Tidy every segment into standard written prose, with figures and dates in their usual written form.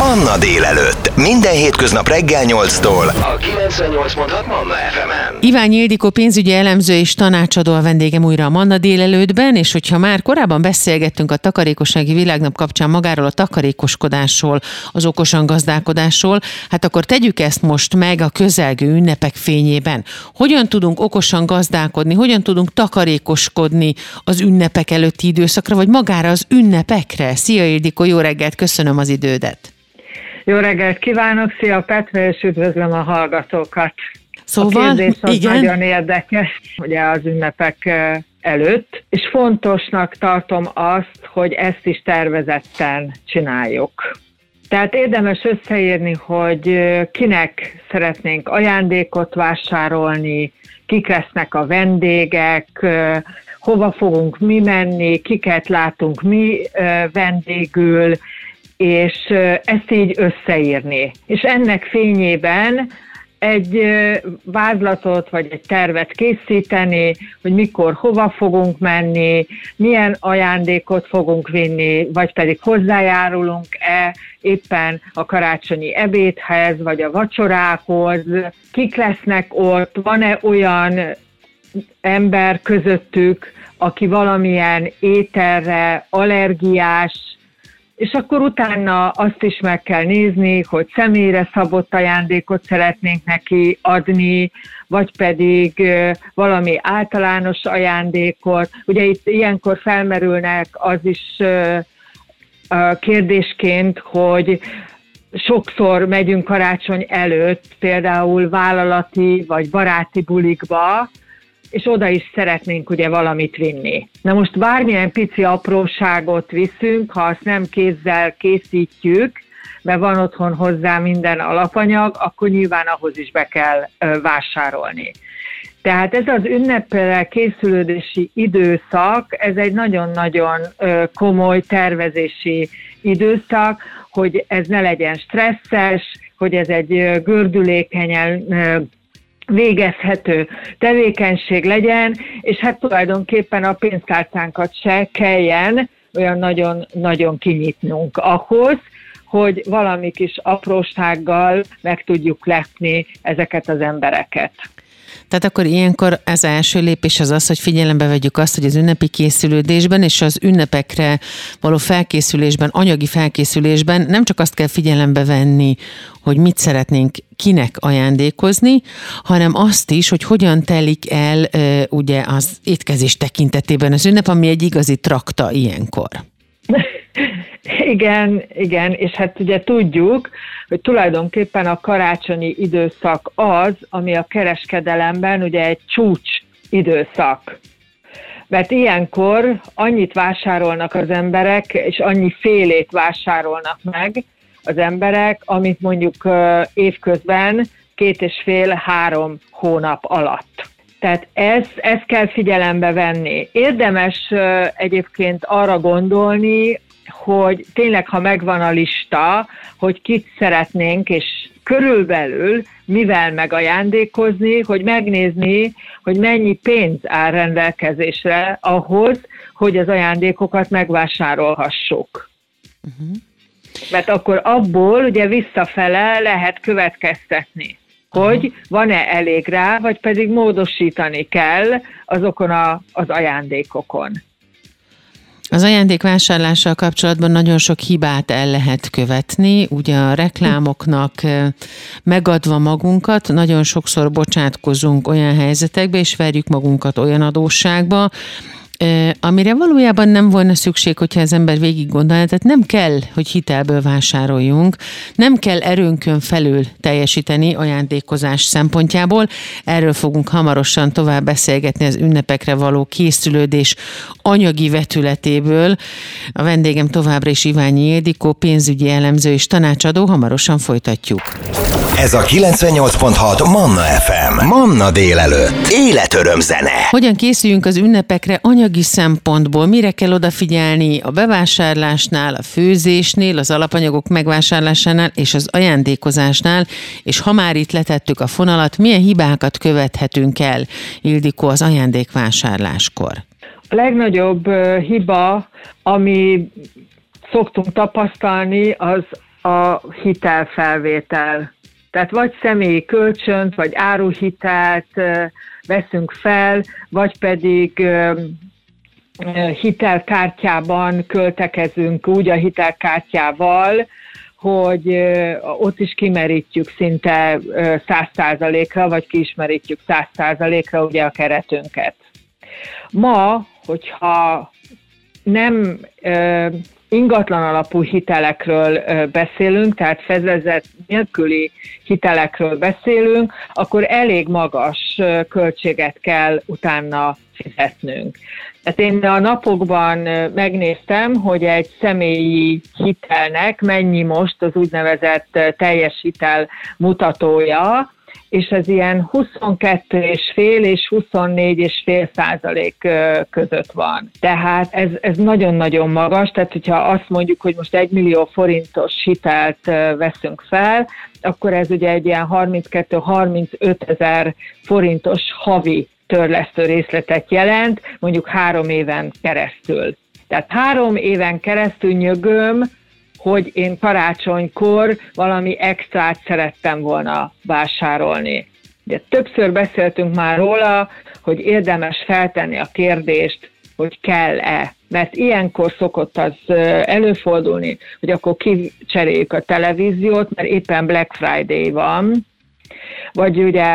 Manna délelőtt. Minden hétköznap reggel 8-tól a 98.6 Manna FM-en. Iványi Ildikó pénzügyi elemző és tanácsadó a vendégem újra a Manna délelőttben, és hogyha már korábban beszélgettünk a takarékossági világnap kapcsán magáról a takarékoskodásról, az okosan gazdálkodásról, hát akkor tegyük ezt most meg a közelgő ünnepek fényében. Hogyan tudunk okosan gazdálkodni, hogyan tudunk takarékoskodni az ünnepek előtti időszakra, vagy magára az ünnepekre? Szia Ildikó, jó reggelt, köszönöm az idődet. Jó reggelt kívánok, szia Petra, és üdvözlöm a hallgatókat. Szóval, a kérdés az igen. Nagyon érdekes, ugye az ünnepek előtt, és fontosnak tartom azt, hogy ezt is tervezetten csináljuk. Tehát érdemes összeírni, hogy kinek szeretnénk ajándékot vásárolni, kik lesznek a vendégek, hova fogunk mi menni, kiket látunk mi vendégül, és ezt így összeírni. És ennek fényében egy vázlatot vagy egy tervet készíteni, hogy mikor, hova fogunk menni, milyen ajándékot fogunk vinni, vagy pedig hozzájárulunk-e éppen a karácsonyi ebédhez, vagy a vacsorához, kik lesznek ott, van-e olyan ember közöttük, aki valamilyen ételre allergiás, és akkor utána azt is meg kell nézni, hogy személyre szabott ajándékot szeretnénk neki adni, vagy pedig valami általános ajándékot. Ugye itt ilyenkor felmerülnek az is kérdésként, hogy sokszor megyünk karácsony előtt például vállalati vagy baráti bulikba, és oda is szeretnénk ugye valamit vinni. Na most bármilyen pici apróságot viszünk, ha azt nem kézzel készítjük, mert van otthon hozzá minden alapanyag, akkor nyilván ahhoz is be kell vásárolni. Tehát ez az ünnepre készülődési időszak, ez egy nagyon-nagyon komoly tervezési időszak, hogy ez ne legyen stresszes, hogy ez egy gördülékenyen végezhető tevékenység legyen, és hát tulajdonképpen a pénztárcánkat se kelljen olyan nagyon kinyitnunk ahhoz, hogy valami kis aprósággal meg tudjuk lepni ezeket az embereket. Tehát akkor ilyenkor az első lépés az, hogy figyelembe vegyük azt, hogy az ünnepi készülődésben és az ünnepekre való felkészülésben, anyagi felkészülésben nem csak azt kell figyelembe venni, hogy mit szeretnénk kinek ajándékozni, hanem azt is, hogy hogyan telik el ugye az étkezés tekintetében az ünnep, ami egy igazi trakta ilyenkor. Igen, és hát ugye tudjuk, hogy tulajdonképpen a karácsonyi időszak az, ami a kereskedelemben ugye egy csúcs időszak. Mert ilyenkor annyit vásárolnak az emberek, és annyi félét vásárolnak meg az emberek, amit mondjuk évközben 2,5-3 hónap alatt. Tehát ezt kell figyelembe venni. Érdemes egyébként arra gondolni, hogy tényleg, ha megvan a lista, hogy kit szeretnénk, és körülbelül mivel megajándékozni, hogy megnézni, hogy mennyi pénz áll rendelkezésre ahhoz, hogy az ajándékokat megvásárolhassuk. Uh-huh. Mert akkor abból ugye visszafele lehet következtetni, hogy van-e elég rá, vagy pedig módosítani kell azokon az ajándékokon. Az ajándékvásárlással kapcsolatban nagyon sok hibát el lehet követni, ugye a reklámoknak megadva magunkat, nagyon sokszor bocsátkozunk olyan helyzetekbe, és verjük magunkat olyan adósságba, amire valójában nem volna szükség, hogyha az ember végig gondolja, tehát nem kell, hogy hitelből vásároljunk, nem kell erőnkön felül teljesíteni ajándékozás szempontjából. Erről fogunk hamarosan tovább beszélgetni az ünnepekre való készülődés anyagi vetületéből. A vendégem továbbra is Iványi Ildikó, pénzügyi elemző és tanácsadó, hamarosan folytatjuk. Ez a 98.6 Manna FM. Manna délelőtt. Életöröm zene. Hogyan készüljünk az ünnepekre anyagi szempontból? Mire kell odafigyelni a bevásárlásnál, a főzésnél, az alapanyagok megvásárlásánál és az ajándékozásnál? És ha már itt letettük a fonalat, milyen hibákat követhetünk el, Ildikó, az ajándékvásárláskor? A legnagyobb hiba, ami szoktunk tapasztalni, az a hitelfelvétel. Tehát vagy személyi kölcsönt, vagy áruhitelt veszünk fel, vagy pedig hitelkártyában költekezünk úgy a hitelkártyával, hogy ott is kimerítjük szinte 100%-ra, vagy kiismerítjük 100%-ra ugye a keretünket. Ma, hogyha nem ingatlan alapú hitelekről beszélünk, tehát fedezet nélküli hitelekről beszélünk, akkor elég magas költséget kell utána fizetnünk. Tehát én a napokban megnéztem, hogy egy személyi hitelnek mennyi most az úgynevezett teljes hitel mutatója, és ez ilyen 22,5 és 24,5% között van. Tehát ez nagyon-nagyon magas, tehát hogyha azt mondjuk, hogy most 1 millió forintos hitelt veszünk fel, akkor ez ugye egy ilyen 32-35 ezer forintos havi törlesztő részletet jelent, mondjuk 3 éven keresztül. Tehát 3 éven keresztül nyögöm, hogy én karácsonykor valami extrát szerettem volna vásárolni. De többször beszéltünk már róla, hogy érdemes feltenni a kérdést, hogy kell-e. Mert ilyenkor szokott az előfordulni, hogy akkor kicseréljük a televíziót, mert éppen Black Friday van, vagy ugye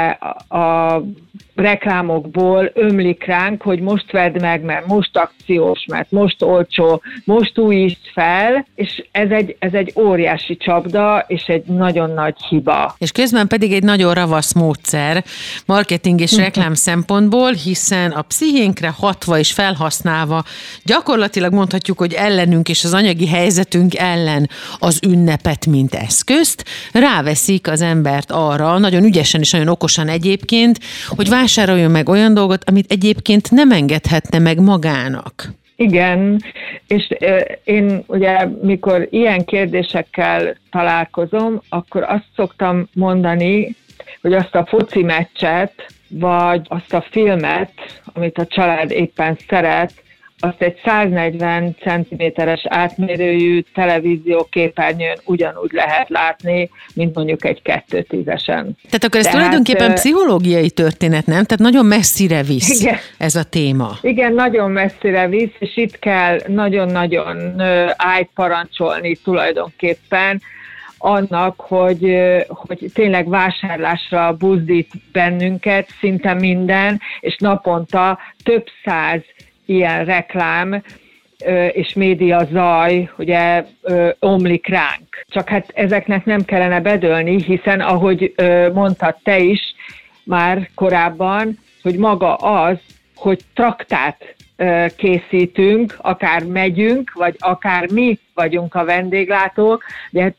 a reklámokból ömlik ránk, hogy most vedd meg, mert most akciós, mert most olcsó, most újítsd fel, és ez egy óriási csapda, és egy nagyon nagy hiba. És közben pedig egy nagyon ravasz módszer marketing és reklám szempontból, hiszen a pszichénkre hatva és felhasználva gyakorlatilag mondhatjuk, hogy ellenünk és az anyagi helyzetünk ellen az ünnepet, mint eszközt, ráveszik az embert arra, nagyon ügyesen és nagyon okosan egyébként, hogy vásároljon meg olyan dolgot, amit egyébként nem engedhetne meg magának. Igen, és én ugye, mikor ilyen kérdésekkel találkozom, akkor azt szoktam mondani, hogy azt a foci meccset, vagy azt a filmet, amit a család éppen szeret, azt egy 140 cm-es átmérőjű televízióképernyőn ugyanúgy lehet látni, mint mondjuk egy 2:10-esen. Tehát akkor ez tulajdonképpen pszichológiai történet, nem? Tehát nagyon messzire visz ez a téma. Igen, nagyon messzire visz, és itt kell nagyon-nagyon parancsolni tulajdonképpen annak, hogy tényleg vásárlásra buzdít bennünket szinte minden, és naponta több száz ilyen reklám és média zaj, ugye omlik ránk. Csak hát ezeknek nem kellene bedőlni, hiszen ahogy mondtad te is már korábban, hogy maga az, hogy traktát készítünk, akár megyünk, vagy akár mi vagyunk a vendéglátók, de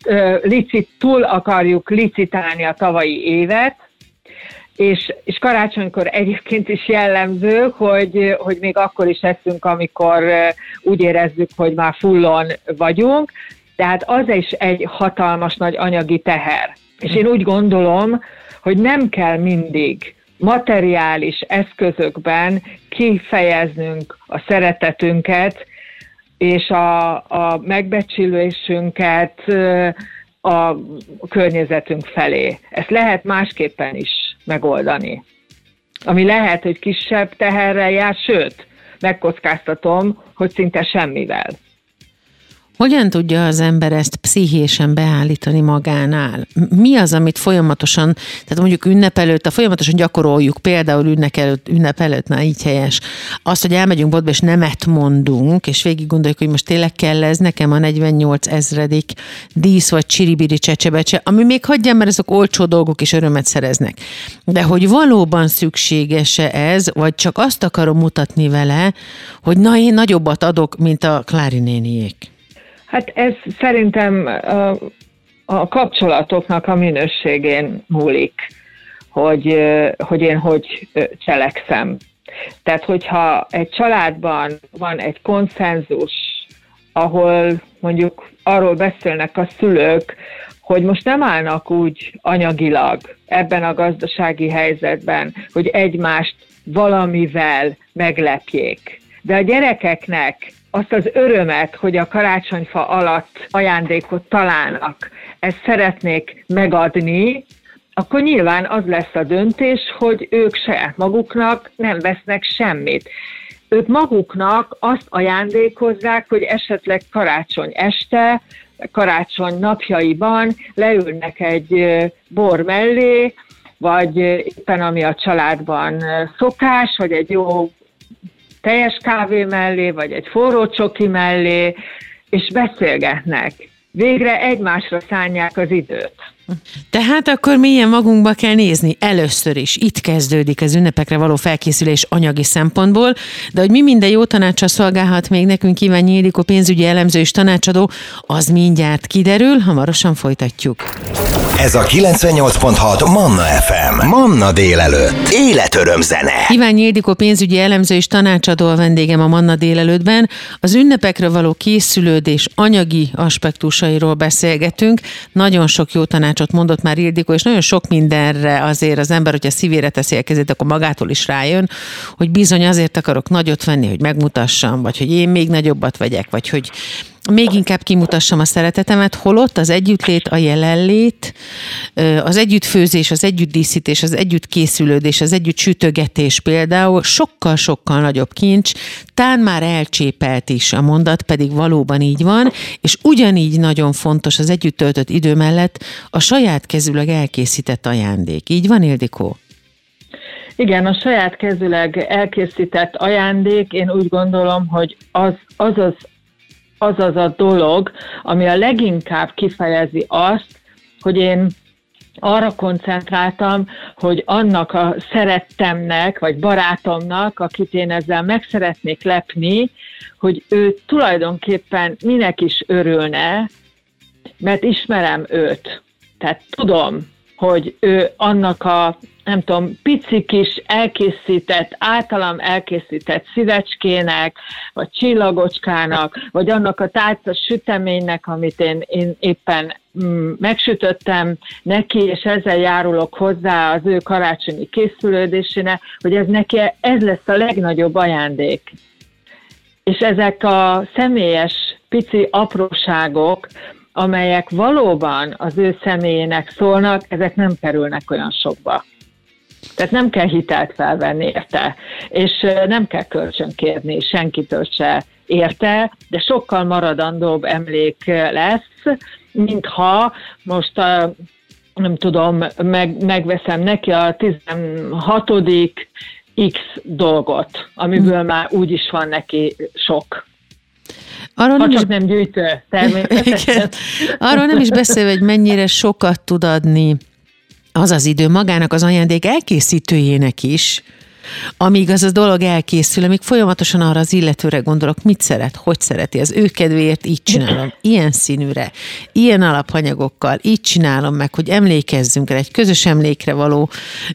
túl akarjuk licitálni a tavalyi évet, és karácsonykor egyébként is jellemző, hogy még akkor is eszünk, amikor úgy érezzük, hogy már fullon vagyunk, tehát az is egy hatalmas nagy anyagi teher. És én úgy gondolom, hogy nem kell mindig materiális eszközökben kifejeznünk a szeretetünket, és a megbecsülésünket a környezetünk felé. Ezt lehet másképpen is megoldani. Ami lehet, hogy kisebb teherrel jár, sőt, megkockáztatom, hogy szinte semmivel. Hogyan tudja az ember ezt pszichésen beállítani magánál? Mi az, amit folyamatosan, tehát mondjuk ünnep előtt, folyamatosan gyakoroljuk, például ünnep előtt, na így helyes, azt, hogy elmegyünk boltba és nemet mondunk, és végig gondoljuk, hogy most tényleg kell ez nekem a 48 000 dísz vagy csiribiri csecsebecse, ami még hagyjam, mert ezek olcsó dolgok és örömet szereznek. De hogy valóban szükséges-e ez, vagy csak azt akarom mutatni vele, hogy na, én nagyobbat adok, mint a Klári néniék. Hát ez szerintem a kapcsolatoknak a minőségén múlik, hogy én hogy cselekszem. Tehát, hogyha egy családban van egy konszenzus, ahol mondjuk arról beszélnek a szülők, hogy most nem állnak úgy anyagilag ebben a gazdasági helyzetben, hogy egymást valamivel meglepjék. De a gyerekeknek azt az örömet, hogy a karácsonyfa alatt ajándékot találnak, ezt szeretnék megadni, akkor nyilván az lesz a döntés, hogy ők saját maguknak nem vesznek semmit. Ők maguknak azt ajándékozzák, hogy esetleg karácsony este, karácsony napjaiban leülnek egy bor mellé, vagy éppen ami a családban szokás, vagy egy jó teljes kávé mellé, vagy egy forró csoki mellé, és beszélgetnek. Végre egymásra szánják az időt. Tehát akkor mélyen magunkba kell nézni. Először is itt kezdődik az ünnepekre való felkészülés anyagi szempontból, de hogy mi minden jó tanácssal szolgálhat még nekünk Iványi Ildikó pénzügyi elemző és tanácsadó, az mindjárt kiderül, hamarosan folytatjuk. Ez a 98.6 Manna FM. Manna délelőtt. Életöröm zene. Iványi Ildikó pénzügyi elemző és tanácsadó a vendégem a Manna délelőttben. Az ünnepekre való készülődés anyagi aspektusairól beszélgetünk. Nagyon sok jó tanácsot mondott már Ildikó, és nagyon sok mindenre azért az ember, hogyha szívére teszi a kezét, akkor magától is rájön, hogy bizony azért akarok nagyot venni, hogy megmutassam, vagy hogy én még nagyobbat vegyek, vagy hogy még inkább kimutassam a szeretetemet, holott az együttlét, a jelenlét, az együttfőzés, az együttdíszítés, az együttkészülődés, az együtt sütögetés például sokkal-sokkal nagyobb kincs, tán már elcsépelt is a mondat, pedig valóban így van, és ugyanígy nagyon fontos az együtt töltött idő mellett a saját kezűleg elkészített ajándék. Így van, Ildikó? Igen, a saját kezűleg elkészített ajándék, én úgy gondolom, hogy az a dolog, ami a leginkább kifejezi azt, hogy én arra koncentráltam, hogy annak a szerettemnek, vagy barátomnak, akit én ezzel meg szeretnék lepni, hogy ő tulajdonképpen minek is örülne, mert ismerem őt. Tehát tudom, hogy ő annak a, nem tudom, pici kis elkészített, általam elkészített szívecskének, vagy csillagocskának, vagy annak a tálca süteménynek, amit én éppen megsütöttem neki, és ezzel járulok hozzá az ő karácsonyi készülődésének, hogy ez lesz a legnagyobb ajándék. És ezek a személyes, pici apróságok, amelyek valóban az ő személyének szólnak, ezek nem kerülnek olyan sokba. Tehát nem kell hitelt felvenni érte, és nem kell kölcsönkérni senkitől se érte, de sokkal maradandóbb emlék lesz, mintha most nem tudom, megveszem neki a 16. X dolgot, amiből már úgyis van neki sok. Arról csak nem gyűjtő, természetesen. Arról nem is beszélve, hogy mennyire sokat tud adni az az idő magának az ajándék elkészítőjének is, amíg az a dolog elkészül, amíg folyamatosan arra az illetőre gondolok, mit szeret, hogy szereti, az ő kedvéért így csinálom, ilyen színűre, ilyen alapanyagokkal, így csinálom meg, hogy emlékezzünk el egy közös emlékre való,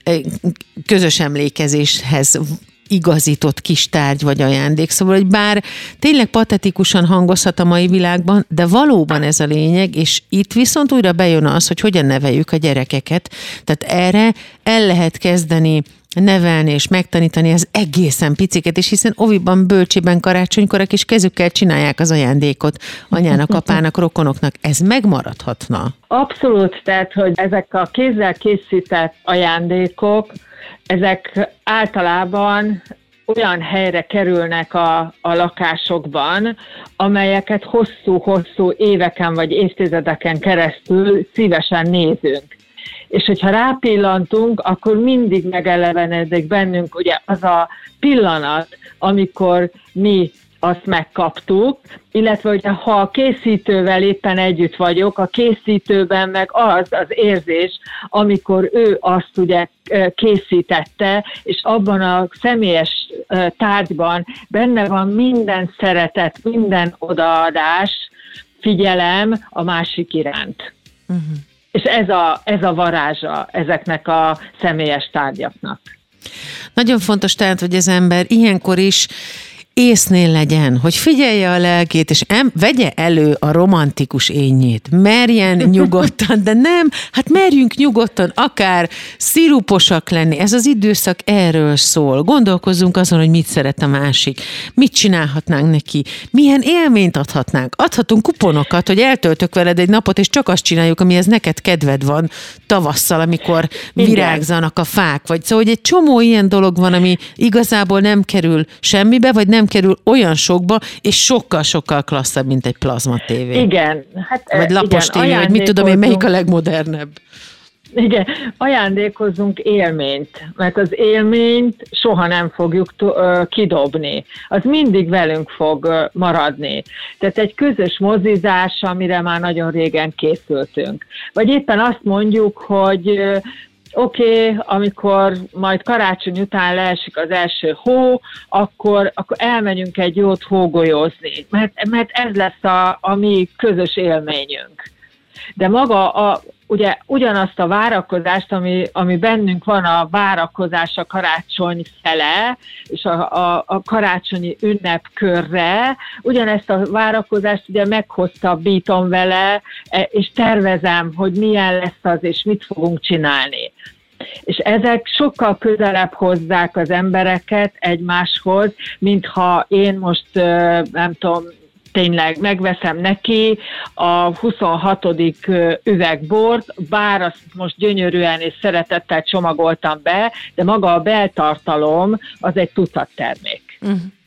közös emlékezéshez igazított kis tárgy vagy ajándék. Szóval, hogy bár tényleg patetikusan hangozhat a mai világban, de valóban ez a lényeg, és itt viszont újra bejön az, hogy hogyan neveljük a gyerekeket. Tehát erre el lehet kezdeni nevelni és megtanítani az egészen piciket, és hiszen oviban, bölcsében, karácsonykor a kis kezükkel csinálják az ajándékot anyának, apának, rokonoknak. Ez megmaradhatna? Abszolút, tehát, hogy ezek a kézzel készített ajándékok, ezek általában olyan helyre kerülnek a lakásokban, amelyeket hosszú-hosszú éveken vagy évtizedeken keresztül szívesen nézünk. És hogyha rápillantunk, akkor mindig megelevenedik bennünk ugye az a pillanat, amikor mi azt megkaptuk, illetve hogyha ha a készítővel éppen együtt vagyok, a készítőben meg az érzés, amikor ő azt ugye készítette, és abban a személyes tárgyban benne van minden szeretet, minden odaadás, figyelem a másik iránt. Uh-huh. És ez a varázsa ezeknek a személyes tárgyaknak. Nagyon fontos tehát, hogy az ember ilyenkor is észnél legyen, hogy figyelje a lelkét, és vegye elő a romantikus énjét. Merjen nyugodtan, de nem, hát merjünk nyugodtan, akár sziruposak lenni. Ez az időszak erről szól. Gondolkozzunk azon, hogy mit szeret a másik, mit csinálhatnánk neki, milyen élményt adhatnánk. Adhatunk kuponokat, hogy eltöltök veled egy napot, és csak azt csináljuk, amihez neked kedved van tavasszal, amikor virágzanak a fák. Vagy szóval, hogy egy csomó ilyen dolog van, ami igazából nem kerül semmibe, vagy nem kerül olyan sokba, és sokkal-sokkal klasszabb, mint egy plazma tévé. Igen. Vagy lapos tévé, vagy mit tudom én, melyik a legmodernebb. Igen, ajándékozzunk élményt, mert az élményt soha nem fogjuk kidobni. Az mindig velünk fog maradni. Tehát egy közös mozizás, amire már nagyon régen készültünk. Vagy éppen azt mondjuk, hogy oké, amikor majd karácsony után leesik az első hó, akkor elmegyünk egy jót hógolyózni, mert ez lesz a mi közös élményünk. De maga ugye ugyanazt a várakozást, ami bennünk van, a várakozás a karácsony fele, és a karácsonyi ünnepkörre, ugyanezt a várakozást ugye meghosszabbítom vele, és tervezem, hogy milyen lesz az, és mit fogunk csinálni. És ezek sokkal közelebb hozzák az embereket egymáshoz, mintha én most, nem tudom, tényleg megveszem neki a 26. üvegbort, bár azt most gyönyörűen és szeretettel csomagoltam be, de maga a beltartalom az egy tucat termék.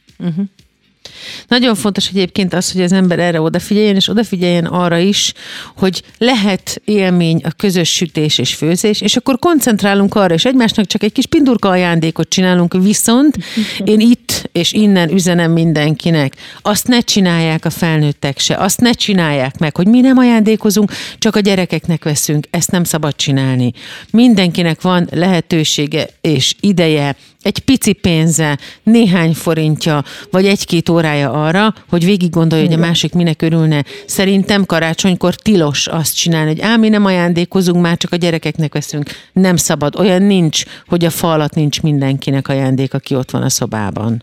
Nagyon fontos egyébként az, hogy az ember erre odafigyeljen, és odafigyeljen arra is, hogy lehet élmény a közös sütés és főzés, és akkor koncentrálunk arra, és egymásnak csak egy kis pindurka ajándékot csinálunk, viszont én itt és innen üzenem mindenkinek, azt ne csinálják a felnőttek se, azt ne csinálják meg, hogy mi nem ajándékozunk, csak a gyerekeknek veszünk, ezt nem szabad csinálni. Mindenkinek van lehetősége és ideje, egy pici pénze, néhány forintja, vagy 1-2 órája arra, hogy végig gondolja, hogy a másik minek örülne. Szerintem karácsonykor tilos azt csinálni, hogy mi nem ajándékozunk, már csak a gyerekeknek veszünk. Nem szabad. Olyan nincs, hogy a fa alatt nincs mindenkinek ajándék, aki ott van a szobában.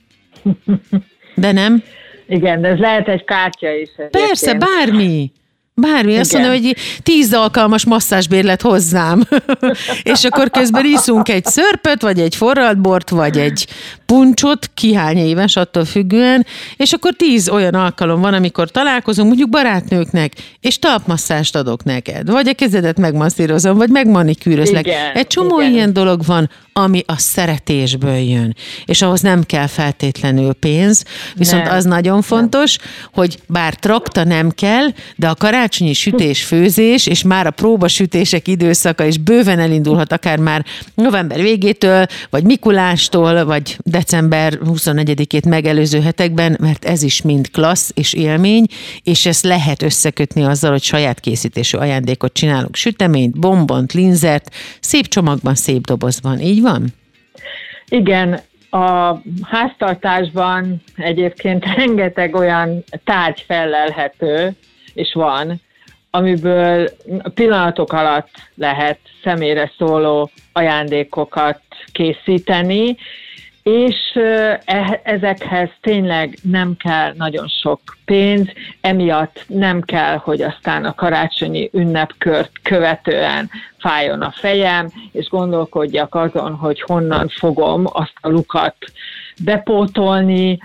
De nem? Igen, de ez lehet egy kártya is. Persze, bármi. Bármi, azt mondom, hogy 10 alkalmas masszázsbérlet hozzám. És akkor közben iszunk egy szörpöt, vagy egy forralt bort, vagy egy puncsot, ki hány éves, attól függően, és akkor 10 olyan alkalom van, amikor találkozunk, mondjuk barátnőknek, és talpmasszást adok neked, vagy a kezedet megmasszírozom, vagy megmanikűrözlek. Egy csomó ilyen dolog van, ami a szeretésből jön. És ahhoz nem kell feltétlenül pénz, viszont az nagyon fontos, hogy bár trakta nem kell, de a karácsonyi sütés, főzés, és már a próbasütések időszaka is bőven elindulhat, akár már november végétől, vagy Mikulástól, vagy december 24-ét megelőző hetekben, mert ez is mind klassz és élmény, és ezt lehet összekötni azzal, hogy saját készítésű ajándékot csinálunk. Süteményt, bombont, linzert, szép csomagban, szép dobozban. Így van? Igen, a háztartásban egyébként rengeteg olyan tárgy fellelhető, és van, amiből pillanatok alatt lehet személyre szóló ajándékokat készíteni, és ezekhez tényleg nem kell nagyon sok pénz, emiatt nem kell, hogy aztán a karácsonyi ünnepkört követően fájjon a fejem, és gondolkodjak azon, hogy honnan fogom azt a lukat bepótolni,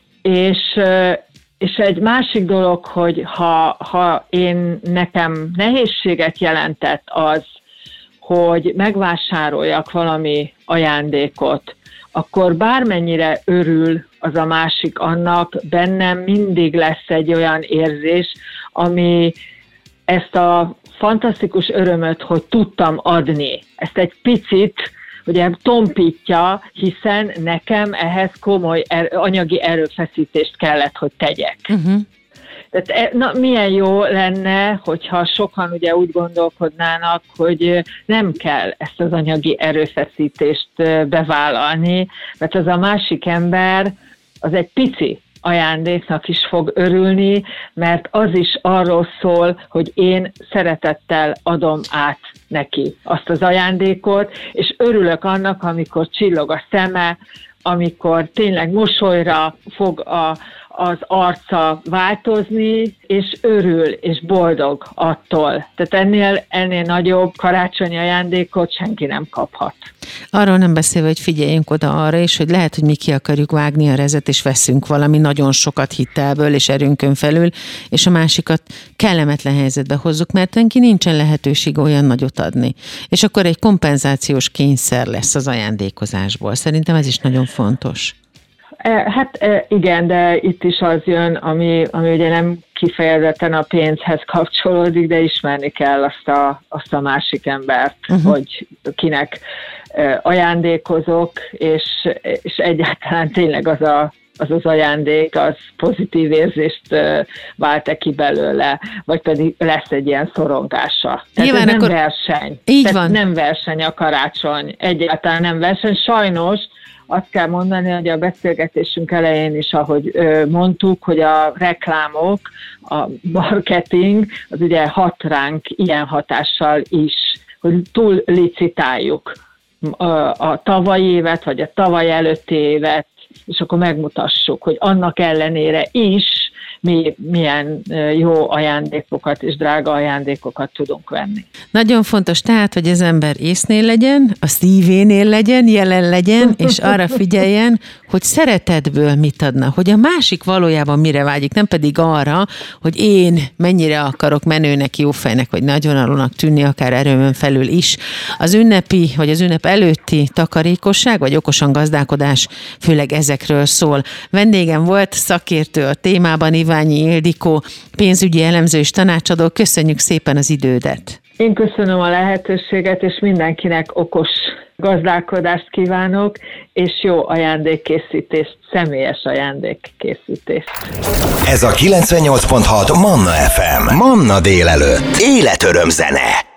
és egy másik dolog, hogy ha nekem nehézséget jelentett az, hogy megvásároljak valami ajándékot, akkor bármennyire örül az a másik annak, bennem mindig lesz egy olyan érzés, ami ezt a fantasztikus örömöt, hogy tudtam adni, ezt egy picit ugye tompítja, hiszen nekem ehhez komoly anyagi erőfeszítést kellett, hogy tegyek. Tehát milyen jó lenne, hogyha sokan ugye úgy gondolkodnának, hogy nem kell ezt az anyagi erőfeszítést bevállalni, mert az a másik ember az egy pici ajándéknak is fog örülni, mert az is arról szól, hogy én szeretettel adom át neki azt az ajándékot, és örülök annak, amikor csillog a szeme, amikor tényleg mosolyra fog az arca változni, és örül, és boldog attól. Tehát ennél nagyobb karácsonyi ajándékot senki nem kaphat. Arról nem beszélve, hogy figyeljünk oda arra is, hogy lehet, hogy mi ki akarjuk vágni a rezet, és veszünk valami nagyon sokat hitelből és erőnkön felül, és a másikat kellemetlen helyzetbe hozzuk, mert neki nincsen lehetőség olyan nagyot adni. És akkor egy kompenzációs kényszer lesz az ajándékozásból. Szerintem ez is nagyon fontos. Hát igen, de itt is az jön, ami ugye nem kifejezetten a pénzhez kapcsolódik, de ismerni kell azt a másik embert, hogy kinek ajándékozok, és egyáltalán tényleg az ajándék, az pozitív érzést vált-e ki belőle, vagy pedig lesz egy ilyen szorongása. Tehát nyilván ez nem akkor... verseny. Így Tehát van. nem verseny a karácsony, egyáltalán nem verseny. Sajnos azt kell mondani, hogy a beszélgetésünk elején is, ahogy mondtuk, hogy a reklámok, a marketing, az ugye hat ránk ilyen hatással is, hogy túl licitáljuk a tavalyi évet, vagy a tavaly előtti évet, és akkor megmutassuk, hogy annak ellenére is mi milyen jó ajándékokat és drága ajándékokat tudunk venni. Nagyon fontos tehát, hogy az ember észnél legyen, a szívénél legyen, jelen legyen, és arra figyeljen, hogy szeretetből mit adna, hogy a másik valójában mire vágyik, nem pedig arra, hogy én mennyire akarok menőnek, jófejnek, vagy nagyvonalúnak tűnni, akár erőmön felül is. Az ünnepi, vagy az ünnep előtti takarékosság, vagy okosan gazdálkodás főleg ezekről szól. Vendégem volt szakértő a témában, Iványi Ildikó, pénzügyi elemző és tanácsadó. Köszönjük szépen az idődet! Én köszönöm a lehetőséget, és mindenkinek okos gazdálkodást kívánok, és jó ajándékkészítést, személyes ajándékkészítést. Ez a 98.6 Manna FM. Manna délelőtt. Életöröm zene.